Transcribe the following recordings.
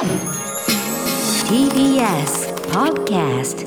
TBS Podcast。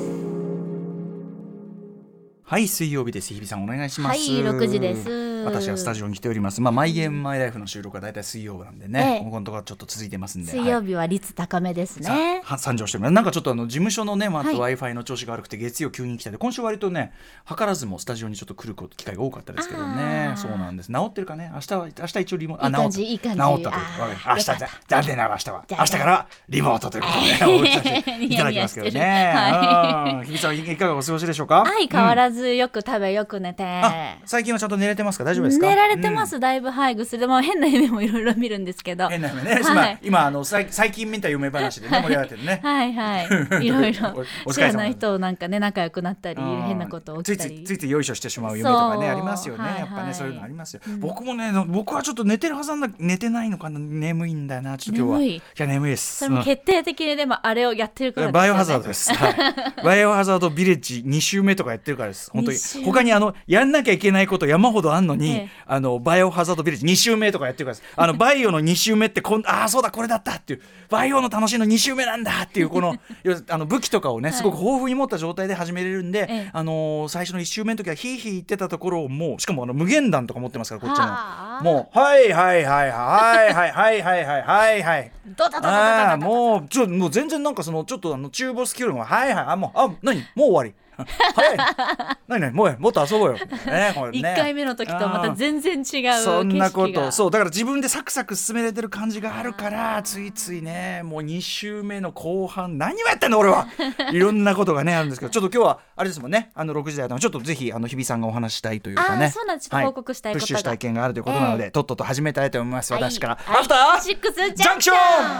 はい、水曜日です。日比さんお願いします。 はい、6時です。 私はスタジオに来ております。マイゲームマイライフの収録はだいたい水曜日なんでね、ここのところちょっと続いてますんで、 水曜日は率高めですね。 参上しております。なんかちょっと事務所のね、Wi-Fi の調子が悪くて月曜急に来たで、今週割とね図らずもスタジオにちょっと来る機会が多かったですけどね。そうなんです。治ってるかね。明日一応リモート、 いい感じ治ったという明日残念な明日からリモートということでお伝えいただきますけどね。日比さんいかがお過ごしでしょうか。 はい、変わらずよく食べよく寝て、 最近はちゃんと寝れてますか。大丈夫ですか。 寝られてます、だいぶ薬でも変な夢もいろいろ見るんですけど、 変な夢ね、今最近見た夢話でね盛り上がってるね。 はいいろいろ知らない人なんかね仲良くなったり変なこと起きたりついよいしょしてしまう夢とかねありますよね。やっぱねそういうのありますよ。僕はちょっと寝てるはずなんだ、寝てないのかな、眠いんだなちょっと今日は。眠いです。 それも決定的にでもあれをやってるからですよね。 バイオハザードです。バイオハザードビレッジ2週目とかやってるからです。本当に他にやんなきゃいけないこと山ほどあんのに、バイオハザードビレッジ2週目とかやってるからです。バイオの2週目ってそうだこれだったっていう、バイオの楽しいの2週目なんだっていうこの武器とかをねすごく豊富に持った状態で始めれるんで、最初の1週目の時はヒーヒー言ってたところをもうしかも無限弾とか持ってますからこっちのもうはいはいはいはいはいはいはいはいはいはいもう全然なんかちょっと中ボスキルのはいはいもう何もう終わり早い何もっと遊ぼうよ、これね、 1回目の時とまた全然違う景色がそんなことそうだから自分でサクサク進めれてる感じがあるからついついねもう2週目の後半何をやってんの俺はいろんなことがねあるんですけどちょっと今日はあれですもんね6時台のちょっとぜひ日比さんがお話したいというかねそうなんです。ちょっと報告したいことが、 プッシュしたい件があるということなので、とっとと始めたいと思います、私から、 アフターシックスジャンクション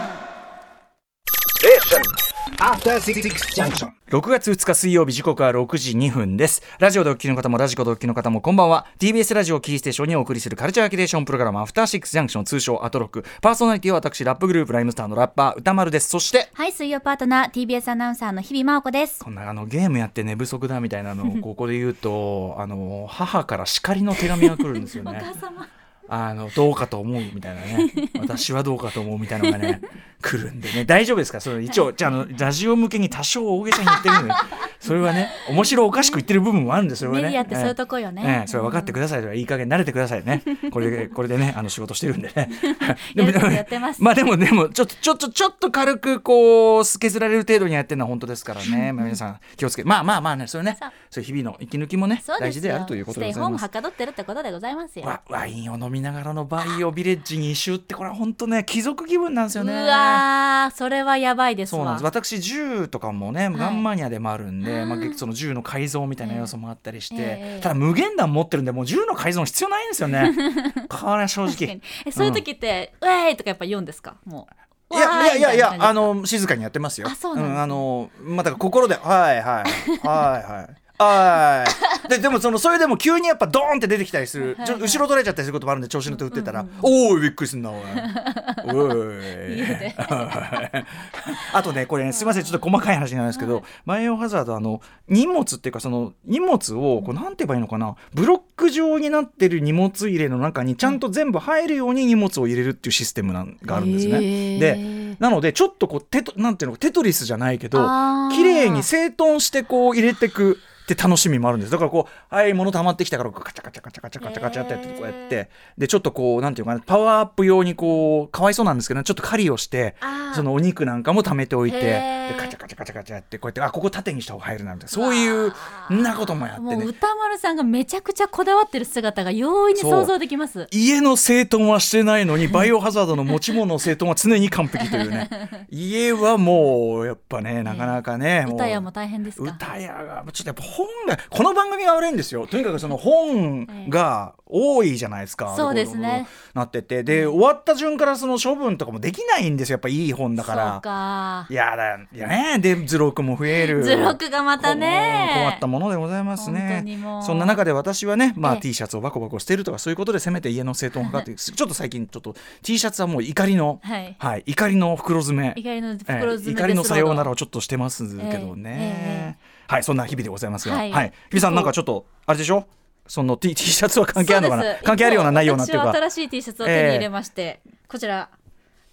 6月2日水曜日時刻は6時2分です。ラジオでお聞きの方もラジコでお聞きの方もこんばんは。 TBS ラジオキーステーションにお送りするカルチャーキュレーションプログラムアフターシックスジャンクション、通称アトロック。パーソナリティは私ラップグループライムスターのラッパー歌丸です。そしてはい、水曜パートナー TBS アナウンサーの日々真央子です。 こんなゲームやって寝不足だみたいなのをここで言うと母から叱りの手紙が来るんですよね。 お母様どうかと思うみたいなね私はどうかと思うみたいなのがね来るんでね。大丈夫ですか。それ一応じゃあラジオ向けに多少大げさに言ってるのでそれはね面白おかしく言ってる部分もあるんですよね。 メディアってそういうとこよね。 それ分かってください。いい加減慣れてくださいね。これでね仕事してるんでねやってます。 でもちょっと軽くこう削られる程度にやってるのは本当ですからね。皆さん気をつけてまあねそれねそういう日々の息抜きもね大事であるということでございます。 ステイホームはかどってるってことでございますよ。 ワインを飲みながらのバイオビレッジ2周ってこれは本当ね貴族気分なんですよね。 うわそれはやばいですわ。 そうなんです。私銃とかもねガンマニアでもあるんで、その銃の改造みたいな要素もあったりして、ただ無限弾持ってるんでもう銃の改造必要ないんですよねこれは正直そういう時って、ウェーイとかやっぱ言うんですか。もういや静かにやってますよ。 そうなんですだから心ではいでもそれでも急にやっぱドーンって出てきたりする、後ろ取れちゃったりすることもあるんで調子乗って打ってたら、おーいびっくりすんなおいあとねこれねすいませんちょっと細かい話なんですけど、バイオハザード荷物っていうかその荷物をなんて言えばいいのかな、ブロック状になってる荷物入れの中にちゃんと全部入るように荷物を入れるっていうシステムがあるんですね。でなのでちょっとなんていうのテトリスじゃないけど綺麗に整頓してこう入れてくって楽しみもあるんです。だからはい物溜まってきたからカチャカチャカチャカチャカチャカチャってやってこうやってでちょっとなんていうかなパワーアップ用にかわいそうなんですけど、ちょっと狩りをしてそのお肉なんかも貯めておいてでカチャカチャカチャカチャやってこうやってここ縦にした方が入るなんてそういうなこともやってね。 もう歌丸さんがめちゃくちゃこだわってる姿が容易に想像できます。 家の整頓はしてないのにバイオハザードの持ち物の整頓は常に完璧というね家はもうやっぱねなかなかね、 歌屋も大変ですか。 歌屋がちょっとやっぱ本がこの番組が悪いんですよ。とにかくその本が多いじゃないですか。 そうですねなっててで、終わった順からその処分とかもできないんですよ。やっぱいい本だからそうかいやねで図録も増える図録がまたね困ったものでございますね。 本当にもうそんな中で私はね、T シャツをバコバコ捨てるとかそういうことでせめて家の整頓を図ってちょっと最近ちょっと T シャツはもう怒りの、怒りの袋詰め怒りのさようならをちょっとしてますけどね、はいそんな日々でございますが、日々さんなんかちょっとあれでしょその T シャツは関係あるのかな、関係あるようなないようなっていうか私は新しい T シャツを手に入れまして、こちら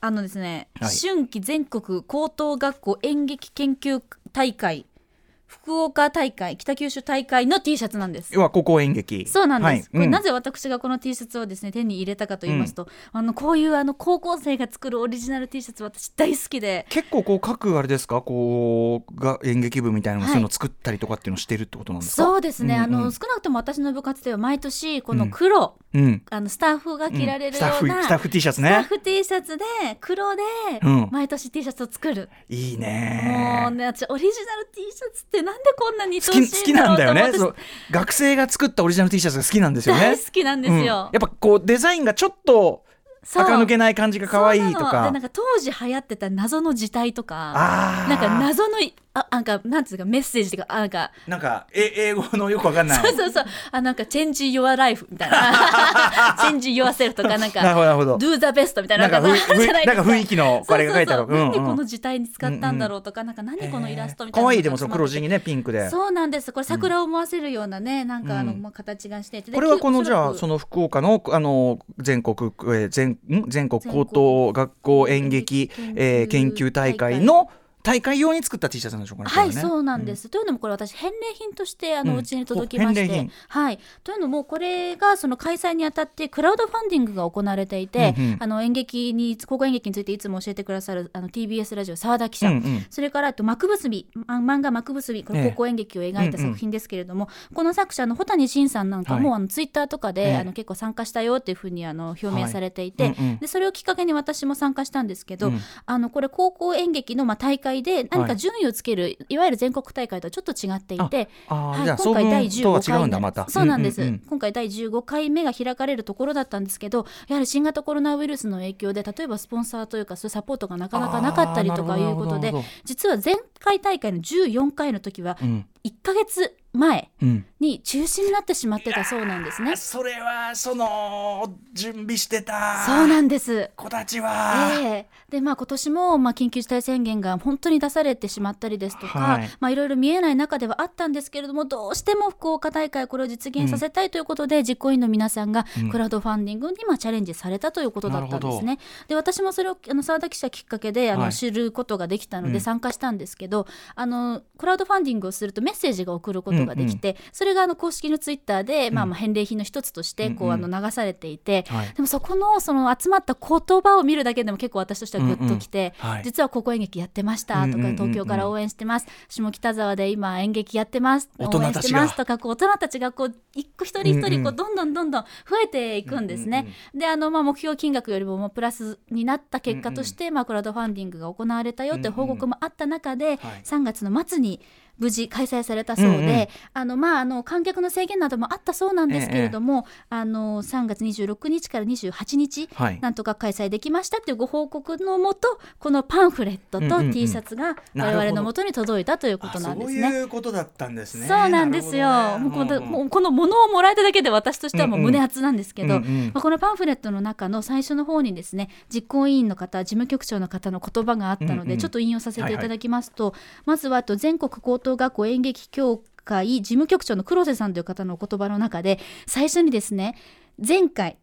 ですね、 はい、 春季全国高等学校演劇研究大会福岡大会北九州大会の T シャツなんです。 要は高校演劇。 そうなんです、 はい、 これなぜ私がこの T シャツをですね手に入れたかと言いますと、こういう高校生が作るオリジナル T シャツ私大好きで、 結構こう各あれですか、こうが演劇部みたいなのそういうのを作ったりとかっていうのをしてるってことなんですか。 そうですね、少なくとも私の部活では毎年この黒、スタッフが着られるような、 スタッフ T シャツね、 スタッフ T シャツで黒で毎年 T シャツを作る、 いいね。 もうね、私オリジナル T シャツってなんでこんなに愛しいんだろうと好きなんだよね。そう学生が作ったオリジナル T シャツが好きなんですよね。 大好きなんですよ、 やっぱこうデザインがちょっと垢抜けない感じが可愛いとか、 でなんか当時流行ってた謎の字体とか、なんか謎のなんかなんていうかメッセージとかなんか英語のよくわかんない。 そうなんか change your life みたいなchange yourself とかなんかなるほど do the best みたいななんか雰囲気のあれが書いてある。 なんでこの字体に使ったんだろうとか、なんか何このイラストみたいな。 可愛いでもその黒地にねピンクで。 そうなんです。これ桜を思わせるようなね、なんか形がしていて、 これはこのじゃあその福岡の全国高等学校演劇研究大会の大会用に作った T シャツなんでしょうかね。 はい、そうなんです、というのもこれ私返礼品としてうちに届きまして、はい、というのもこれがその開催にあたってクラウドファンディングが行われていて、高校演劇についていつも教えてくださるTBS ラジオ澤田記者、それから幕結び漫画幕結び、これ高校演劇を描いた作品ですけれども、この作者の保谷慎さんなんかも、ツイッターとかで結構参加したよっていうふうに表明されていて、でそれをきっかけに私も参加したんですけど、これ高校演劇の大会で何か順位をつける、いわゆる全国大会とはちょっと違っていて、今回第15回目、そうなんです、今回第15回目が開かれるところだったんですけど、やはり新型コロナウイルスの影響で例えばスポンサーというかそういうサポートがなかなかなかったりとかいうことで、実は前回大会の14回の時は1ヶ月前に中止になってしまってたそうなんですね。 それはその準備してたそうなんです子たちは、 で今年も緊急事態宣言が本当に出されてしまったりですとか、いろいろ見えない中ではあったんですけれども、どうしても福岡大会これを実現させたいということで、実行委員の皆さんがクラウドファンディングにチャレンジされたということだったんですね。で私もそれを澤田記者きっかけで知ることができたので参加したんですけど、クラウドファンディングをするとメッセージが送ることができて、それが公式のツイッターで、返礼品の一つとして流されていて、でもそこのその集まった言葉を見るだけでも結構私としてはグッときて、実は高校演劇やってましたとか、東京から応援してます、下北沢で今演劇やってます応援してますとか、大人たちが一人一人どんどん増えていくんですね。で目標金額よりもプラスになった結果として、クラウドファンディングが行われたよという報告もあった中で、3月の末に無事開催されたそうで、観客の制限などもあったそうなんですけれども、3月26日から28日、なんとか開催できましたというご報告のもと、このパンフレットと T シャツが我々のもとに届いたということなんですね。 そういうことだったんですね。 そうなんですよ。もうこの物をもらえただけで私としてはもう胸熱なんですけど、このパンフレットの中の最初の方にですね、実行委員の方、事務局長の方の言葉があったので、ちょっと引用させていただきますと、まずは全国高等学校演劇協会事務局長の黒瀬さんという方のお言葉の中で、最初にですね、前回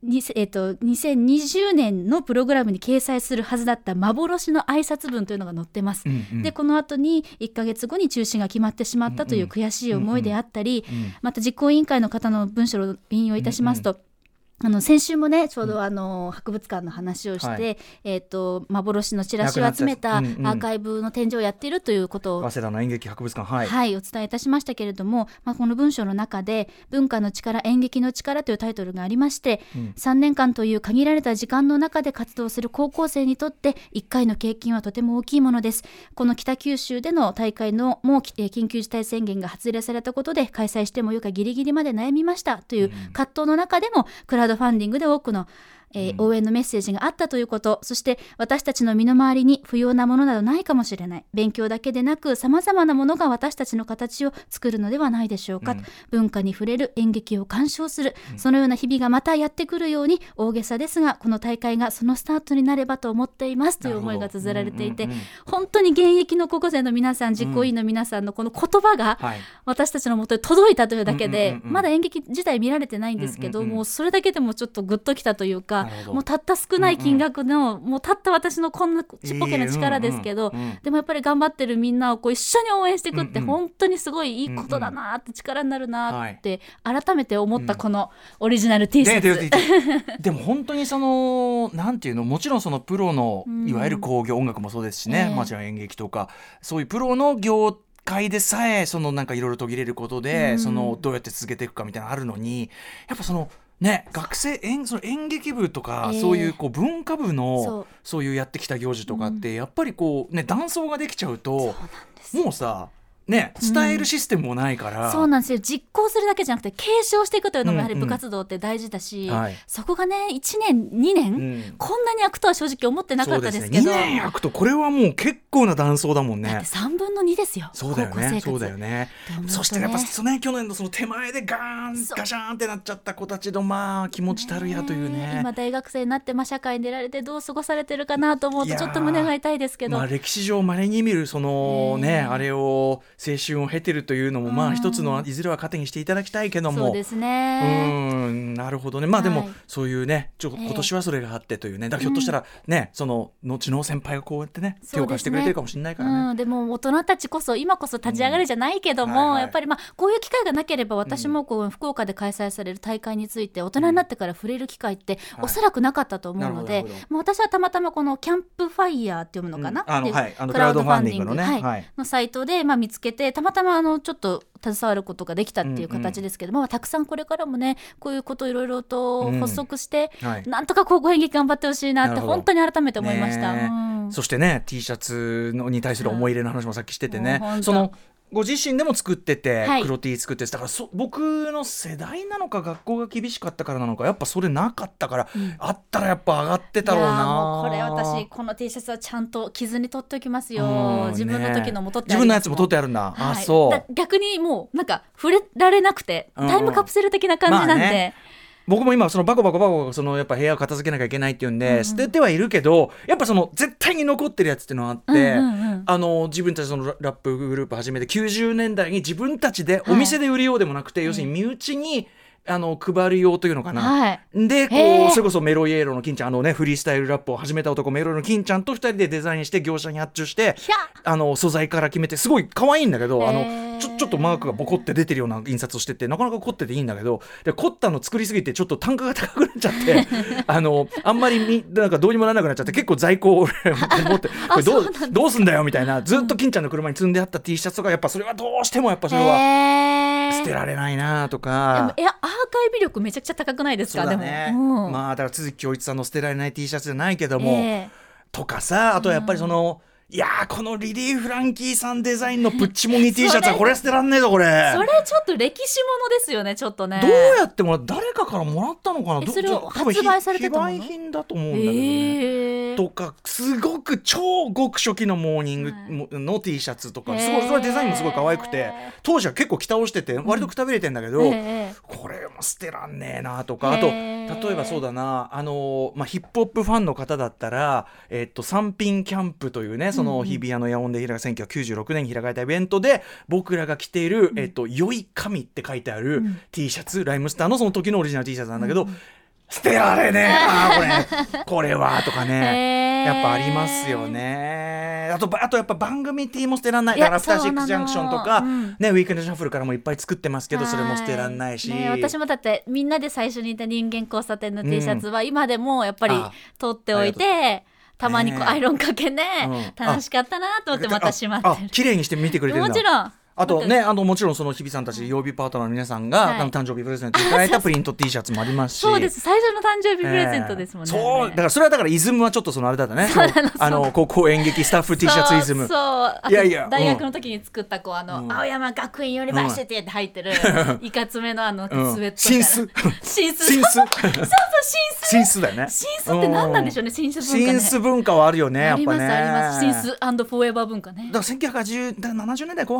2020年のプログラムに掲載するはずだった幻の挨拶文というのが載ってます、でこの後に1ヶ月後に中止が決まってしまったという悔しい思いであったり、また実行委員会の方の文章を引用いたしますと、先週もねちょうど博物館の話をして、幻のチラシを集めたアーカイブの展示をやっているということを早稲田の演劇博物館、 お伝えいたしましたけれども、この文章の中で文化の力演劇の力というタイトルがありまして、3年間という限られた時間の中で活動する高校生にとって1回の経験はとても大きいものです。この北九州での大会のも緊急事態宣言が発令されたことで開催してもよかギリギリまで悩みましたという葛藤の中でもクラウドファンディングで多くの応援のメッセージがあったということ、そして私たちの身の回りに不要なものなどないかもしれない、勉強だけでなくさまざまなものが私たちの形を作るのではないでしょうか、文化に触れる、演劇を鑑賞する、そのような日々がまたやってくるように、大げさですがこの大会がそのスタートになればと思っていますという思いが綴られていて、本当に現役の高校生の皆さん、実行委員の皆さんのこの言葉が私たちのもとに届いたというだけで、まだ演劇自体見られてないんですけど、もうそれだけでもちょっとグッときたというか、 か、もうたった少ない金額の、もうたった私のこんなちっぽけな力ですけど、でもやっぱり頑張ってるみんなをこう一緒に応援していくって本当にすごいいいことだなって、力になるなって改めて思ったこのオリジナル T シャツ、 でも本当にそのなんていうの、もちろんそのプロのいわゆる興行、音楽もそうですしね、もちろん演劇とかそういうプロの業界でさえそのなんかいろいろ途切れることで、そのどうやって続けていくかみたいなのあるのに、やっぱそのね、その演劇部とか、そういうこう文化部のそういうやってきた行事とかって、やっぱりこうね、断層ができちゃうともうさね、伝えるシステムもないから、 そうなんですよ。実行するだけじゃなくて継承していくというのもやはり部活動って大事だし、そこがね1年2年、こんなに空くとは正直思ってなかったですけど、 2年空くとこれはもう結構な断層だもんね。 だって3分の2ですよ。 そうだよね、そうだよね。そしてやっぱ去年のその手前でガシャンってなっちゃった子たちのまあ気持ちたるやというね、 今大学生になって社会に出られてどう過ごされてるかなと思うとちょっと胸が痛いですけど、 歴史上稀に見るそのね、あれを青春を経てるというのもまあ一つのいずれは糧にしていただきたいけども、 そうですね、 なるほどね。まあでもそういうね、今年はそれがあってというね、だからひょっとしたらね、その後の先輩がこうやってね手を貸してくれてるかもしれないからね。 でも大人たちこそ今こそ立ち上がるじゃないけども、やっぱりこういう機会がなければ私もこう福岡で開催される大会について大人になってから触れる機会っておそらくなかったと思うので、私はたまたまこのキャンプファイヤーっていうのかな、 クラウドファンディングのね、 のサイトで見つけて、たまたまちょっと携わることができたっていう形ですけども、たくさんこれからもねこういうことをいろいろと発足して、なんとか高校演劇頑張ってほしいなって本当に改めて思いました、 そしてね T シャツに対する思い入れの話もさっきしててね、そのご自身でも作ってて、黒 T 作ってて、だから僕の世代なのか学校が厳しかったからなのか、やっぱそれなかったから、あったらやっぱ上がってたろうな。 もうこれ私この T シャツはちゃんと傷に取っておきますよ、自分の時のも取ってあります。 自分のやつも取ってあるんだ、そう逆にもうなんか触れられなくて、タイムカプセル的な感じなんで、 僕も今そのバコバコそのやっぱ部屋を片付けなきゃいけないっていうんで、捨ててはいるけど、やっぱその絶対に残ってるやつっていうのがあって、自分たちそのラップグループ始めて90年代に自分たちでお店で売るようでもなくて、要するに身内に配る用というのかな、でこうそれこそメロイエロの金ちゃん、フリースタイルラップを始めた男メロイエロの金ちゃんと2人でデザインして業者に発注して、素材から決めてすごい可愛いんだけど、ちょっとマークがボコって出てるような印刷をしてて、なかなか凝ってていいんだけど、で凝ったの作りすぎてちょっと単価が高くなっちゃってあんまりなんかどうにもならなくなっちゃって、結構在庫を持ってこれどうすんだよみたいな、ずっと金ちゃんの車に積んであった T シャツとか、やっぱそれはどうしてもやっぱそれは捨てられないなとか。 でもアーカイブ力めちゃくちゃ高くないですか。 そうだね、でもだから都築恭一さんの捨てられない T シャツじゃないけども、とかさ、あとやっぱりその、いやーこのリリー・フランキーさんデザインのプッチモニ T シャツはこれ捨てらんねえぞこれ。 それちょっと歴史ものですよね、ちょっとね。 どうやって誰かからもらったのかな。 それを発売されてたもの、 非売品だと思うんだけどね、とかすごく超極初期のモーニングの T シャツとか、すごいそれデザインもすごい可愛くて、当時は結構着倒してて割とくたびれてんだけど、これも捨てらんねえなとか、あと例えばそうだな、ヒップホップファンの方だったら、三品キャンプというね、その日比谷の野音で開かれた1996年に開かれたイベントで僕らが着ている、良い神って書いてある T シャツ、ライムスターのその時のオリジナル T シャツなんだけど、捨てられねえなこれはとかね、やっぱありますよね。あとやっぱ番組 T も捨てらんない。だからアフターシックスジャンクションとか、ウィークエンドシャッフルからもいっぱい作ってますけど、それも捨てらんないし、 私もだってみんなで最初にいた人間交差点の T シャツは今でもやっぱり取っておいて、たまにこうアイロンかけね、楽しかったなと思ってまたしまってる。 綺麗にして見てくれてるんだ。 もちろん。 あとね、もちろんその日比さんたち曜日パートナーの皆さんが、誕生日プレゼントいただいたプリント T シャツもありますし。 そうです、最初の誕生日プレゼントですもんね。 そうだからそれはだからイズムはちょっとそのあれだったね。高校演劇スタッフ T シャツイズム。 そういやいや、大学の時に作った青山学院ユニバーシティって入ってるいかつめのスウェット。 新須新須だよね。 新須って何なんでしょうね。新須文化ね。 新須文化はあるよね、やっぱね。 あります新須&フォーエバー文化ね。 だから1970年代後半くらいかな。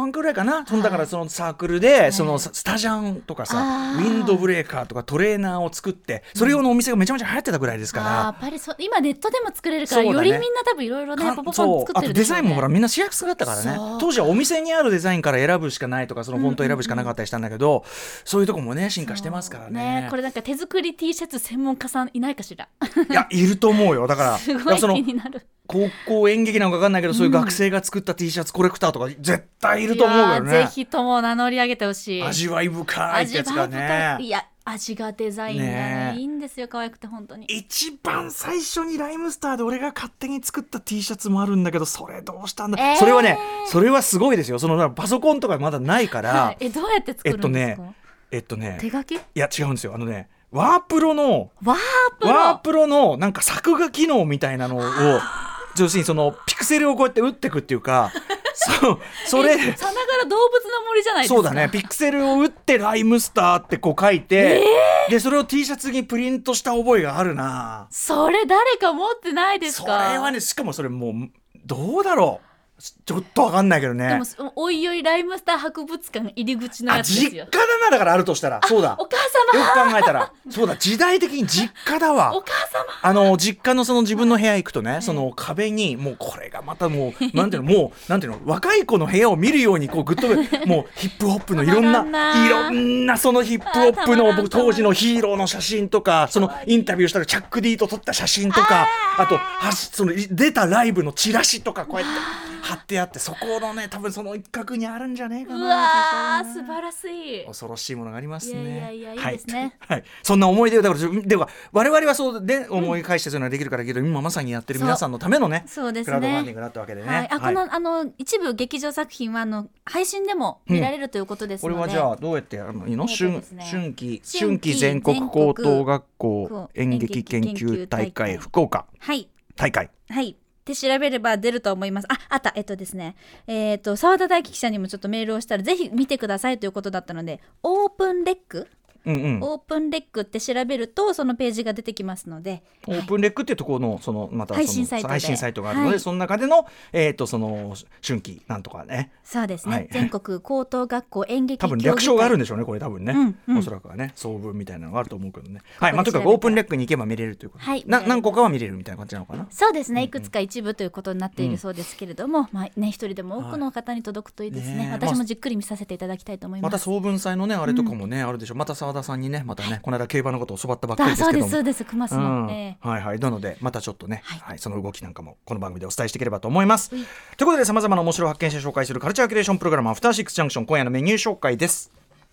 な、だからそのサークルでそのスタジャンとかさ、ウィンドブレーカーとかトレーナーを作ってそれ用のお店がめちゃめちゃ流行ってたぐらいですから、 やっぱり今ネットでも作れるから、よりみんな多分いろいろねポポポン作ってるでしょうね。 あとデザインもほらみんなしやすかったからね。当時はお店にあるデザインから選ぶしかないとか、そのフォント選ぶしかなかったりしたんだけど、そういうとこもね進化してますからね。 これなんか手作り T シャツ専門家さんいないかしら。 いやいると思うよ。だからすごい気になる。 高校演劇なのか分かんないけど、そういう学生が作った T シャツコレクターとか絶対いると思うよね。 ぜひとも名乗り上げてほしい。 味わい深いってやつがね。 いや味がデザインがねいいんですよ。可愛くて本当に。一番最初にライムスターで俺が勝手に作った T シャツもあるんだけど、それどうしたんだ、それはね、それはすごいですよ。そのパソコンとかまだないから、 どうやって作るんですか。手書き？いや違うんですよ。ワープロのなんか作画機能みたいなのを要するにそのピクセルをこうやって打っていくっていうかそれさながら動物の森じゃないですか。 そうだね、ピクセルを打ってライムスターってこう書いて、でそれを T シャツにプリントした覚えがあるな。 それ誰か持ってないですか。 それはね、しかもそれもうどうだろう、ちょっと分かんないけどね。 でもおいおいライムスター博物館入り口のやつですよ。 実家だな。だからあるとしたらそうだ、 お母様よく考えたらそうだ、時代的に実家だわ。 お母様実家のその自分の部屋行くとね、その壁にもうこれがまたもうなんていうの若い子の部屋を見るようにこうグッともうヒップホップのいろんなそのヒップホップの僕当時のヒーローの写真とか、そのインタビューしたらチャック D と撮った写真とか、あとその出たライブのチラシとかこうやって貼ってあって、そこのね多分その一角にあるんじゃねえかな。 うわー素晴らしい。 恐ろしいものがありますね。 いいですね。 はい、そんな思い出をだからでは我々はそうで思い返してそういうのができるからけど、今まさにやってる皆さんのためのねそうですね、 クラウドファンディングだったわけでね。 この一部劇場作品は配信でも見られるということですので、 これはじゃあどうやってやるのいいの？春季全国高等学校演劇研究大会福岡大会で調べれば出ると思います。あったですね、澤田大樹記者にもちょっとメールをしたらぜひ見てくださいということだったので、オープンレックオープンレックって調べるとそのページが出てきますので、 オープンレックっていうところのそのまたその配信サイトがあるので、その中でのその春季なんとかね、 そうですね、全国高等学校演劇多分略称があるんでしょうね、これ多分ね、おそらくはね総文みたいなのがあると思うけどね。はい、とにかくオープンレックに行けば見れるということ、何個かは見れるみたいな感じなのかな。 そうですね、いくつか一部ということになっているそうですけれども、一人でも多くの方に届くといいですね。私もじっくり見させていただきたいと思います。 また総文祭のねあれとかもねあるでしょう。また澤田さんにねまたねこの間競馬のことを教わったばっかりですけども、 そうです熊須の、 なのでまたちょっとね、その動きなんかもこの番組でお伝えしていければと思います。ということで、さまざまな面白を発見して紹介するカルチャーキュレーションプログラムアフターシックスジャンクション、今夜のメニュー紹介です。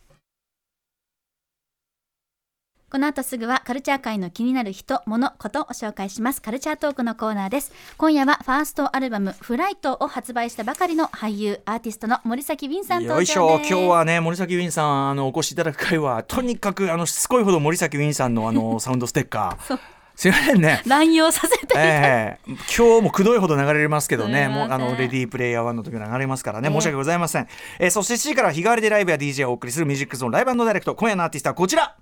この後すぐはカルチャー界の気になる人、物、ことを紹介します。カルチャートークのコーナーです。今夜はファーストアルバムフライトを発売したばかりの俳優アーティストの森崎ウィンさん登場です。 よいしょ。今日はね森崎ウィンさんお越しいただく回はとにかくしつこいほど森崎ウィンさんのサウンドステッカーすいませんね乱用させていただいて、 今日もくどいほど流れますけどね、もうレディープレイヤー1の時に流れますからね、申し訳ございません。そして7時から日替わりでライブや DJ をお送りするミュージックゾーンライブ&ダイレクト。今夜のアーティストはこちら。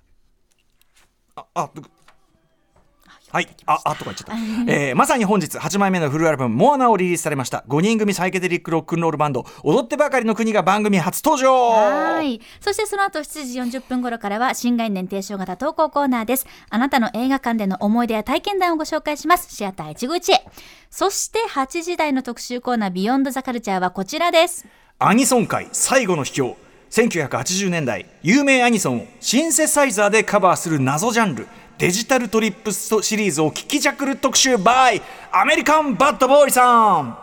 はいとか言っちゃった、まさに本日8枚目のフルアルバムモアナをリリースされました。5人組サイケデリックロックンロールバンド踊ってばかりの国が番組初登場。 はい、そしてその後7時40分頃からは新概念提唱型投稿コーナーです。あなたの映画館での思い出や体験談をご紹介します。シアター151へ。そして8時台の特集コーナービヨンドザカルチャーはこちらです。 アニソン界最後の秘境、1980年代有名アニソンをシンセサイザーでカバーする謎ジャンルデジタルトリップスシリーズを聞きじゃくる特集 by アメリカンバッドボーイさん。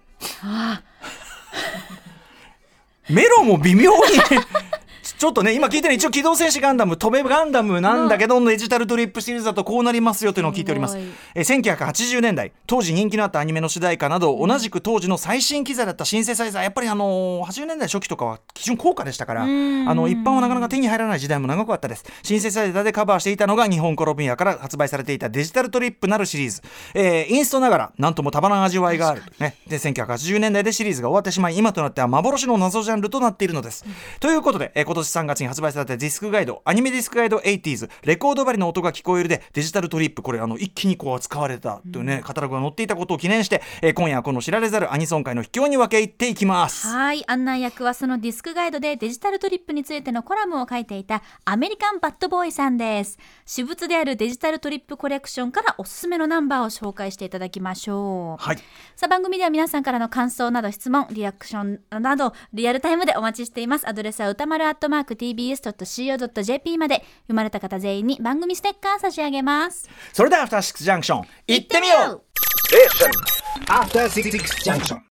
メロも微妙にちょっとね今聞いてる一応機動戦士ガンダム飛べガンダムなんだけど、デジタルトリップシリーズだとこうなりますよというのを聞いております。1980年代当時人気のあったアニメの主題歌など、同じく当時の最新機材だったシンセサイザー、やっぱり80年代初期とかは基準高価でしたから、一般はなかなか手に入らない時代も長かったです。シンセサイザーでカバーしていたのが日本コロンビアから発売されていたデジタルトリップなるシリーズ、インストながらなんともたまらん味わいがある、ね、で1980年代でシリーズが終わってしまい、今となっては幻の謎ジャンルとなっているのです。ということで、今年年3月に発売されたディスクガイド、アニメディスクガイド 80s レコード針の音が聞こえるでデジタルトリップ、これ一気にこう使われたというね、カタログが載っていたことを記念して、今夜はこの知られざるアニソン界の秘境に分け入っていきます。 はい、案内役はそのディスクガイドでデジタルトリップについてのコラムを書いていたアメリカンバッドボーイさんです。私物であるデジタルトリップコレクションからおすすめのナンバーを紹介していただきましょう。 はい、 さあ番組では皆さんからの感想など質問、リアクションなどリアルタイムでお待ちしています。アドレスは歌丸@tbs.co.jp まで。読まれた方全員に番組ステッカー差し上げます。 それではアフターシックスジャンクション行ってみよう。 After 66 junction.